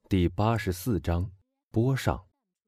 第84章波上。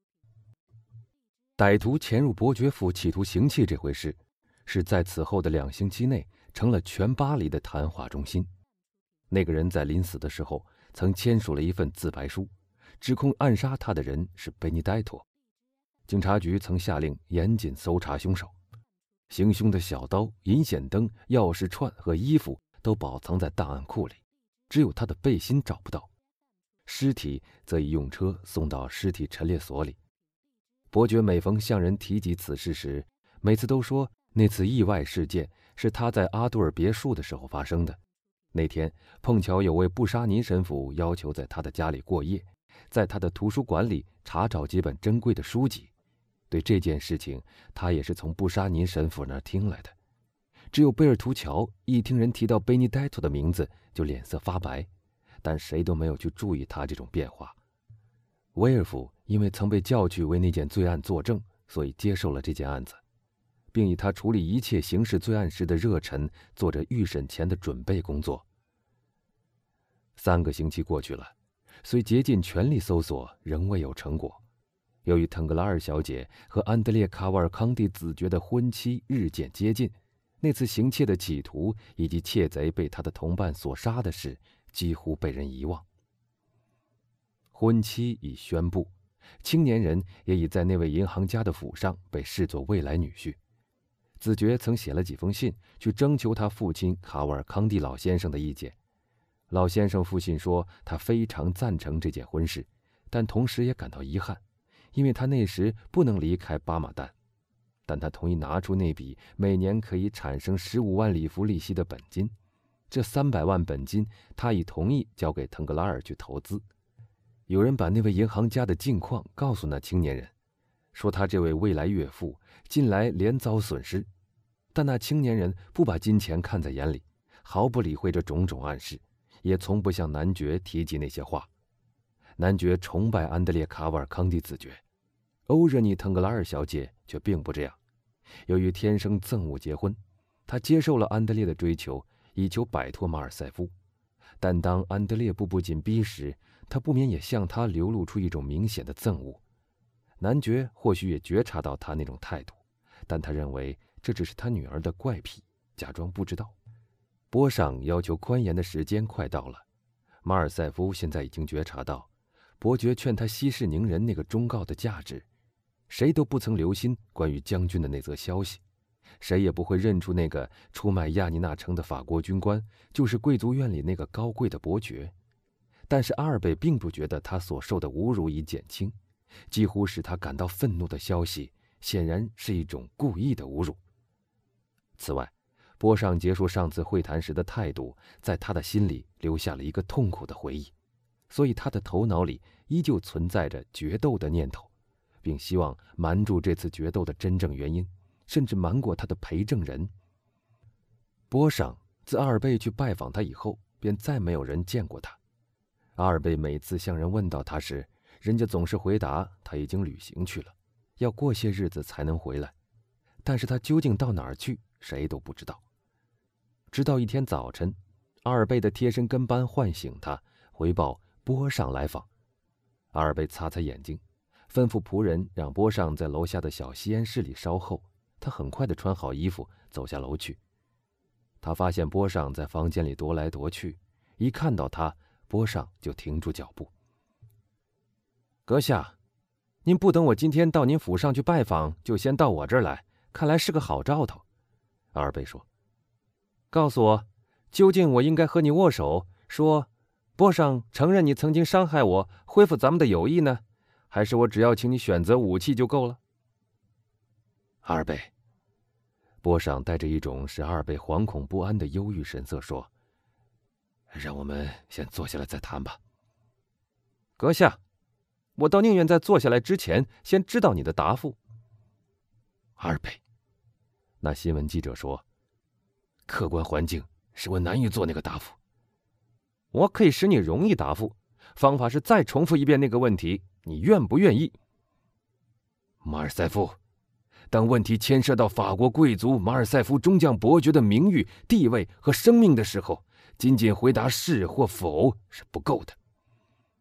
歹徒潜入伯爵府企图行窃这回事，是在此后的2星期内成了全巴黎的谈话中心。那个人在临死的时候曾签署了一份自白书，指控暗杀他的人是贝尼戴托。警察局曾下令严谨搜查凶手，行凶的小刀、银线灯、钥匙串和衣服都保藏在档案库里，只有他的背心找不到。尸体则已用车送到尸体陈列所里。伯爵每逢向人提及此事时，每次都说那次意外事件是他在阿杜尔别墅的时候发生的。那天碰巧有位布沙尼神父要求在他的家里过夜，在他的图书馆里查找几本珍贵的书籍。对这件事情，他也是从布沙尼神父那儿听来的。只有贝尔图乔一听人提到贝尼戴托的名字，就脸色发白，但谁都没有去注意他这种变化。威尔夫因为曾被叫去为那件罪案作证，所以接受了这件案子，并以他处理一切刑事罪案时的热忱做着预审前的准备工作。3个星期过去了，虽竭尽全力搜索，仍未有成果。由于腾格拉尔小姐和安德烈·卡瓦尔康蒂子爵的婚期日渐接近，那次行窃的企图以及窃贼被他的同伴所杀的事几乎被人遗忘。婚期已宣布，青年人也已在那位银行家的府上被视作未来女婿。子爵曾写了几封信去征求他父亲卡瓦尔康蒂老先生的意见。老先生复信说他非常赞成这件婚事，但同时也感到遗憾，因为他那时不能离开巴马旦。但他同意拿出那笔每年可以产生15万里弗利息的本金，这300万本金他已同意交给腾格拉尔去投资。有人把那位银行家的近况告诉那青年人，说他这位未来岳父近来连遭损失，但那青年人不把金钱看在眼里，毫不理会这种种暗示，也从不向男爵提及那些话。男爵崇拜安德烈·卡瓦尔康蒂子爵，欧热妮·腾格拉尔小姐却并不这样。由于天生憎恶结婚，她接受了安德烈的追求，以求摆脱马尔塞夫。但当安德烈步步紧逼时，他不免也向他流露出一种明显的憎恶。男爵或许也觉察到他那种态度，但他认为这只是他女儿的怪癖，假装不知道。波上要求宽严的时间快到了，马尔塞夫现在已经觉察到伯爵劝他息事宁人那个忠告的价值。谁都不曾留心关于将军的那则消息，谁也不会认出那个出卖亚尼纳城的法国军官就是贵族院里那个高贵的伯爵。但是阿尔贝并不觉得他所受的侮辱已减轻，几乎使他感到愤怒的消息显然是一种故意的侮辱。此外，波上结束上次会谈时的态度在他的心里留下了一个痛苦的回忆，所以他的头脑里依旧存在着决斗的念头，并希望瞒住这次决斗的真正原因，甚至瞒过他的陪证人。波上自阿尔贝去拜访他以后，便再没有人见过他。阿尔贝每次向人问到他时，人家总是回答他已经旅行去了，要过些日子才能回来。但是他究竟到哪儿去，谁都不知道。直到一天早晨，阿尔贝的贴身跟班唤醒他，回报波上来访。阿尔贝擦擦眼睛，吩咐仆人让波上在楼下的小吸烟室里稍候。他很快地穿好衣服，走下楼去。他发现波上在房间里踱来踱去，一看到他，波上就停住脚步。阁下，您不等我今天到您府上去拜访，就先到我这儿来，看来是个好兆头。阿尔贝说，告诉我，究竟我应该和你握手，说波上承认你曾经伤害我，恢复咱们的友谊呢，还是我只要请你选择武器就够了？阿尔贝，波上带着一种使阿尔贝惶恐不安的忧郁神色说，让我们先坐下来再谈吧。阁下，我倒宁愿在坐下来之前先知道你的答复。阿尔贝，那新闻记者说，客观环境使我难以做那个答复。我可以使你容易答复，方法是再重复一遍那个问题，你愿不愿意？马尔塞夫，当问题牵涉到法国贵族马尔塞夫中将伯爵的名誉、地位和生命的时候，仅仅回答是或否是不够的。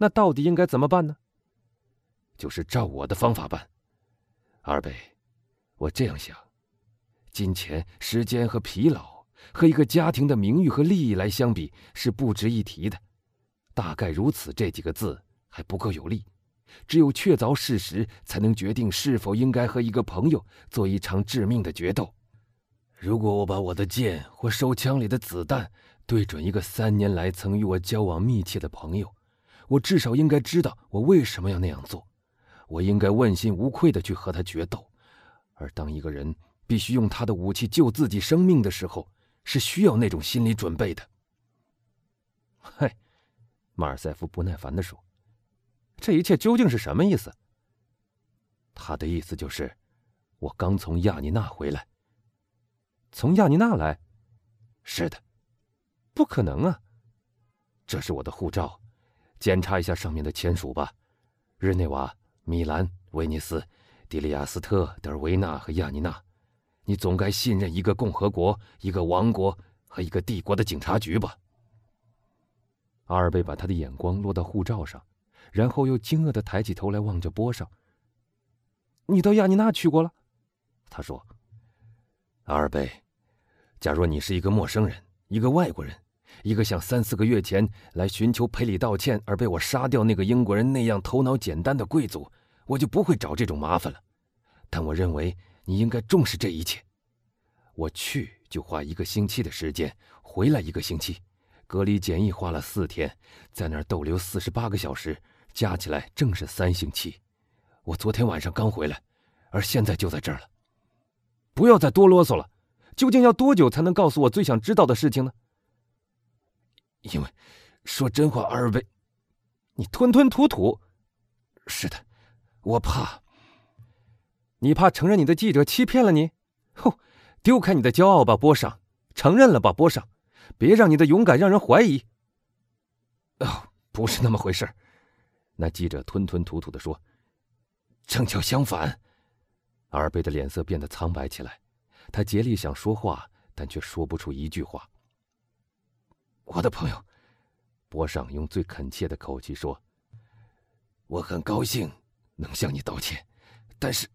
那到底应该怎么办呢？就是照我的方法办。阿尔贝，我这样想，金钱、时间和疲劳和一个家庭的名誉和利益来相比是不值一提的。大概如此这几个字还不够有力，只有确凿事实才能决定是否应该和一个朋友做一场致命的决斗。如果我把我的剑或手枪里的子弹对准一个3年来曾与我交往密切的朋友，我至少应该知道我为什么要那样做。我应该问心无愧地去和他决斗。而当一个人必须用他的武器救自己生命的时候，是需要那种心理准备的。嗨，马尔塞夫不耐烦地说，这一切究竟是什么意思？他的意思就是，我刚从亚尼纳回来。从亚尼纳来？是的。不可能啊！这是我的护照，检查一下上面的签署吧。日内瓦、米兰、威尼斯、迪利亚斯特、德尔维纳和亚尼纳，你总该信任一个共和国、一个王国和一个帝国的警察局吧？阿尔贝把他的眼光落到护照上，然后又惊愕地抬起头来望着波上。你到亚尼纳去过了？他说。阿尔贝，假若你是一个陌生人，一个外国人，一个像3、4个月前来寻求赔礼道歉而被我杀掉那个英国人那样头脑简单的贵族，我就不会找这种麻烦了。但我认为你应该重视这一切。我去就花1个星期的时间，回来1个星期，隔离检疫花了4天，在那儿逗留48个小时，加起来正是3星期。我昨天晚上刚回来，而现在就在这儿了。不要再多啰嗦了，究竟要多久才能告诉我最想知道的事情呢？因为，说真话，阿尔贝，你吞吞吐吐。是的，我怕。你怕承认你的记者欺骗了你？吼，丢开你的骄傲吧，波上，承认了吧，波上，别让你的勇敢让人怀疑。哦，不是那么回事。那记者吞吞吐吐地说。正巧相反。阿尔贝的脸色变得苍白起来，他竭力想说话，但却说不出一句话。我的朋友，波上用最恳切的口气说，我很高兴能向你道歉，但是，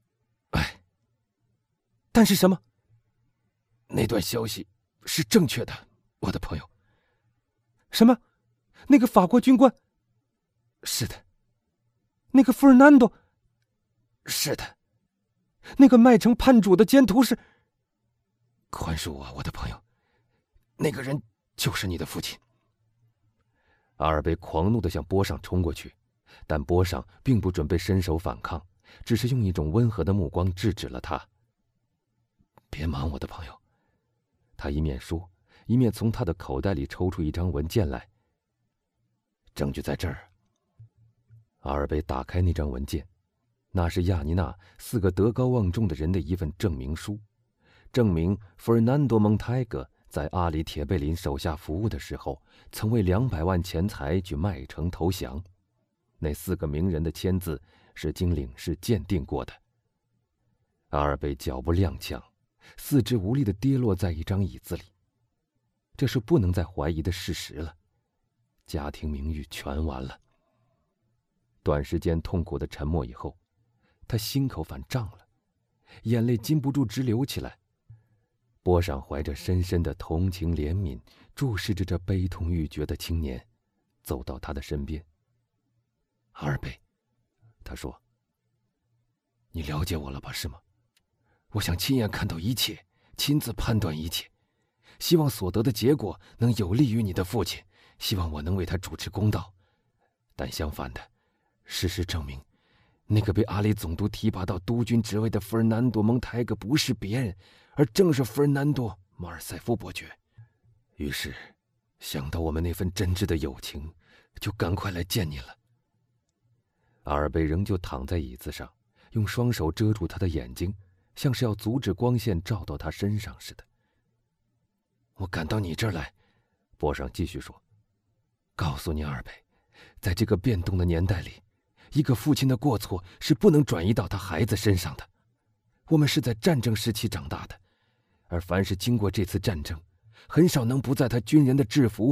但是什么？那段消息是正确的，我的朋友。什么？那个法国军官？是的。那个费尔南多？是的。那个麦城叛主的奸徒是……宽恕我，我的朋友，那个人就是你的父亲。阿尔贝狂怒地向波上冲过去，但波上并不准备伸手反抗，只是用一种温和的目光制止了他。别忙，我的朋友。他一面说，一面从他的口袋里抽出一张文件来。证据在这儿。阿尔贝打开那张文件，那是亚尼纳4个德高望重的人的一份证明书，证明费尔南多·蒙泰格在阿里·铁贝林手下服务的时候，曾为200万钱财去麦城投降。那4个名人的签字是经领事鉴定过的。阿尔贝脚步踉跄，四肢无力地跌落在一张椅子里。这是不能再怀疑的事实了，家庭名誉全完了。短时间痛苦的沉默以后，他心口反胀了，眼泪禁不住直流起来。波上怀着深深的同情怜悯，注视着这悲痛欲绝的青年，走到他的身边。阿尔贝，他说，你了解我了吧，是吗？我想亲眼看到一切，亲自判断一切，希望所得的结果能有利于你的父亲，希望我能为他主持公道。但相反的，事实证明，那个被阿里总督提拔到督军职位的费尔南多·蒙泰格不是别人，而正是费尔南多·马尔塞夫伯爵。于是，想到我们那份真挚的友情，就赶快来见你了。阿尔贝仍旧躺在椅子上，用双手遮住他的眼睛，像是要阻止光线照到他身上似的。我赶到你这儿来，波上继续说，告诉你，阿尔贝，在这个变动的年代里，一个父亲的过错是不能转移到他孩子身上的。我们是在战争时期长大的，而凡是经过这次战争，很少能不在他军人的制服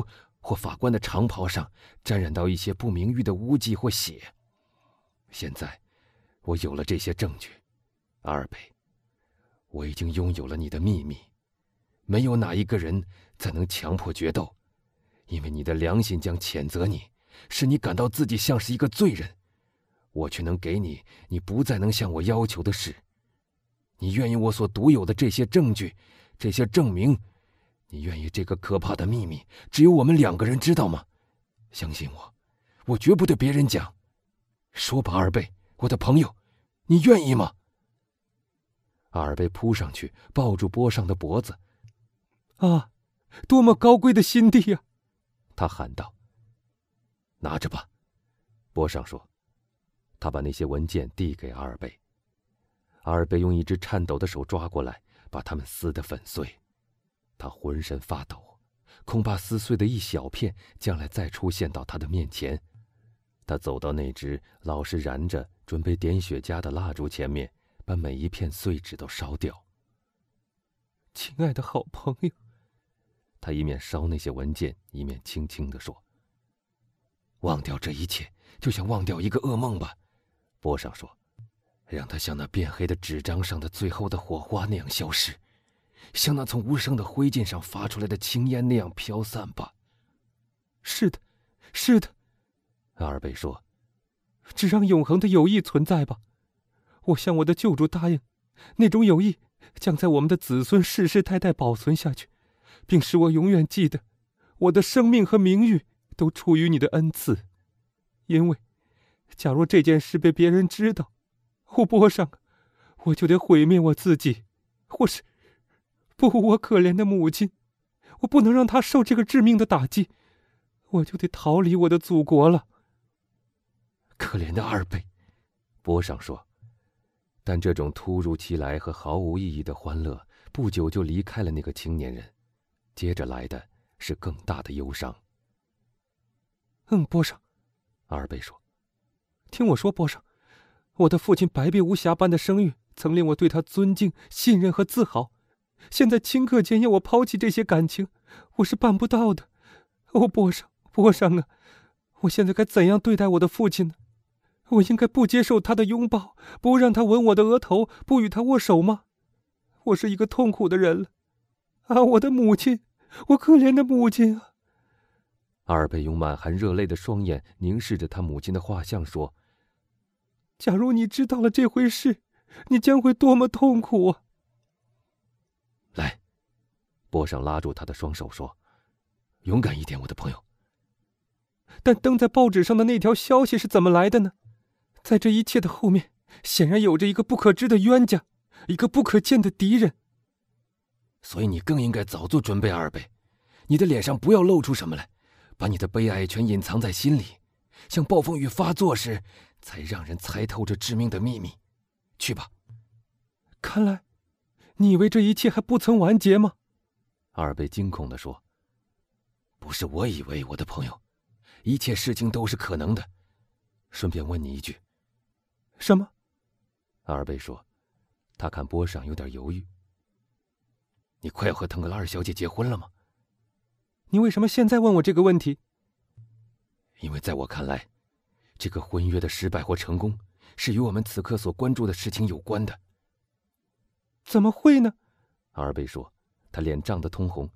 或法官的长袍上沾染到一些不名誉的污迹或血。现在，我有了这些证据，阿尔贝，我已经拥有了你的秘密。没有哪一个人再能强迫决斗，因为你的良心将谴责你，使你感到自己像是一个罪人。我却能给你不再能向我要求的事。你愿意我所独有的这些证据，这些证明？你愿意这个可怕的秘密只有我们2个人知道吗？相信我，我绝不对别人讲。说吧，阿尔贝，我的朋友，你愿意吗？阿尔贝扑上去，抱住波上的脖子。 啊，多么高贵的心地呀！ 他喊道。拿着吧，波上说。他把那些文件递给阿尔贝。阿尔贝用一只颤抖的手抓过来，把它们撕得粉碎。他浑身发抖，恐怕撕碎的一小片将来再出现到他的面前。他走到那只老是燃着准备点雪茄的蜡烛前面，把每一片碎纸都烧掉。 亲爱的好朋友， 他一面烧那些文件，一面轻轻地说：“忘掉这一切，就像忘掉一个噩梦吧。”波上说：“让它像那变黑的纸张上的最后的火花那样消失，像那从无声的灰烬上发出来的青烟那样飘散吧。”“ 是的，是的。” 阿尔贝说，“ 只让永恒的友谊存在吧。我向我的救主答应，那种友谊将在我们的子孙世世代代保存下去，并使我永远记得，我的生命和名誉都出于你的恩赐。因为假如这件事被别人知道，波上，我就得毁灭我自己，或是我可怜的母亲，我不能让她受这个致命的打击，我就得逃离我的祖国了。”“ 可怜的阿尔贝，”波上说。但这种突如其来和毫无意义的欢乐不久就离开了那个青年人，接着来的是更大的忧伤。 “波上，” 阿尔贝说，“ 听我说，波上，我的父亲白璧无瑕般的声誉曾令我对他尊敬、信任和自豪。现在顷刻间要我抛弃这些感情，我是办不到的。波上啊，我现在该怎样对待我的父亲呢？我应该不接受他的拥抱，不让他吻我的额头，不与他握手吗？我是一个痛苦的人了。啊，我的母亲，我可怜的母亲啊！” 阿尔贝用满含热泪的双眼凝视着他母亲的画像说：“ 假如你知道了这回事，你将会多么痛苦啊！”“ 来。”波上拉住他的双手说，“勇敢一点，我的朋友。”“ 但登在报纸上的那条消息是怎么来的呢？在这一切的后面，显然有着一个不可知的冤家，一个不可见的敌人。”“ 所以你更应该早做准备，阿尔贝。你的脸上不要露出什么来，把你的悲哀全隐藏在心里，像暴风雨发作时才让人猜透这致命的秘密。去吧。”“ 看来，你以为这一切还不曾完结吗？” 阿尔贝惊恐地说。“不是我以为，我的朋友，一切事情都是可能的。顺便问你一句。”“ 什么？” 阿尔贝说，他看波上有点犹豫。“你快要和腾格拉尔小姐结婚了吗？”“ 你为什么现在问我这个问题？”“ 因为在我看来，这个婚约的失败或成功是与我们此刻所关注的事情有关的。”“ 怎么会呢？” 阿尔贝说，他脸涨得通红。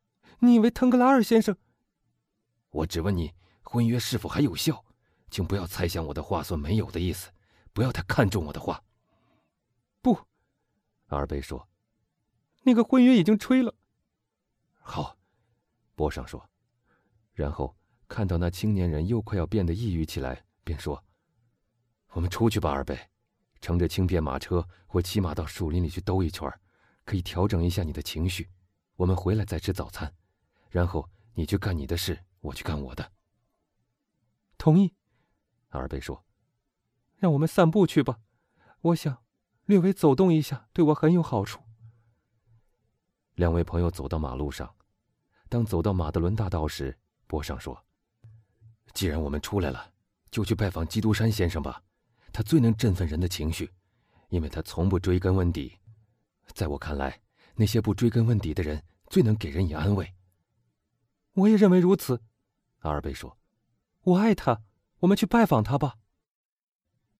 “你以为腾格拉尔先生……”“ 我只问你，婚约是否还有效？请不要猜想我的话所没有的意思，不要太看重我的话。”“ 不。” 阿尔贝说，“ 那个婚约已经吹了。”“ 好。”波上说，然后看到那青年人又快要变得抑郁起来，便说：“我们出去吧，阿尔贝，乘着轻便马车或骑马到树林里去兜一圈，可以调整一下你的情绪。我们回来再吃早餐，然后你去干你的事，我去干我的。”“ 同意。” 阿尔贝说，“ 让我们散步去吧，我想略微走动一下对我很有好处。” 2位朋友走到马路上，当走到马德伦大道时，波上说：“既然我们出来了，就去拜访基督山先生吧，他最能振奋人的情绪，因为他从不追根问底。在我看来，那些不追根问底的人最能给人以安慰。”“ 我也认为如此。” 阿尔贝说：“ 我爱他，我们去拜访他吧。”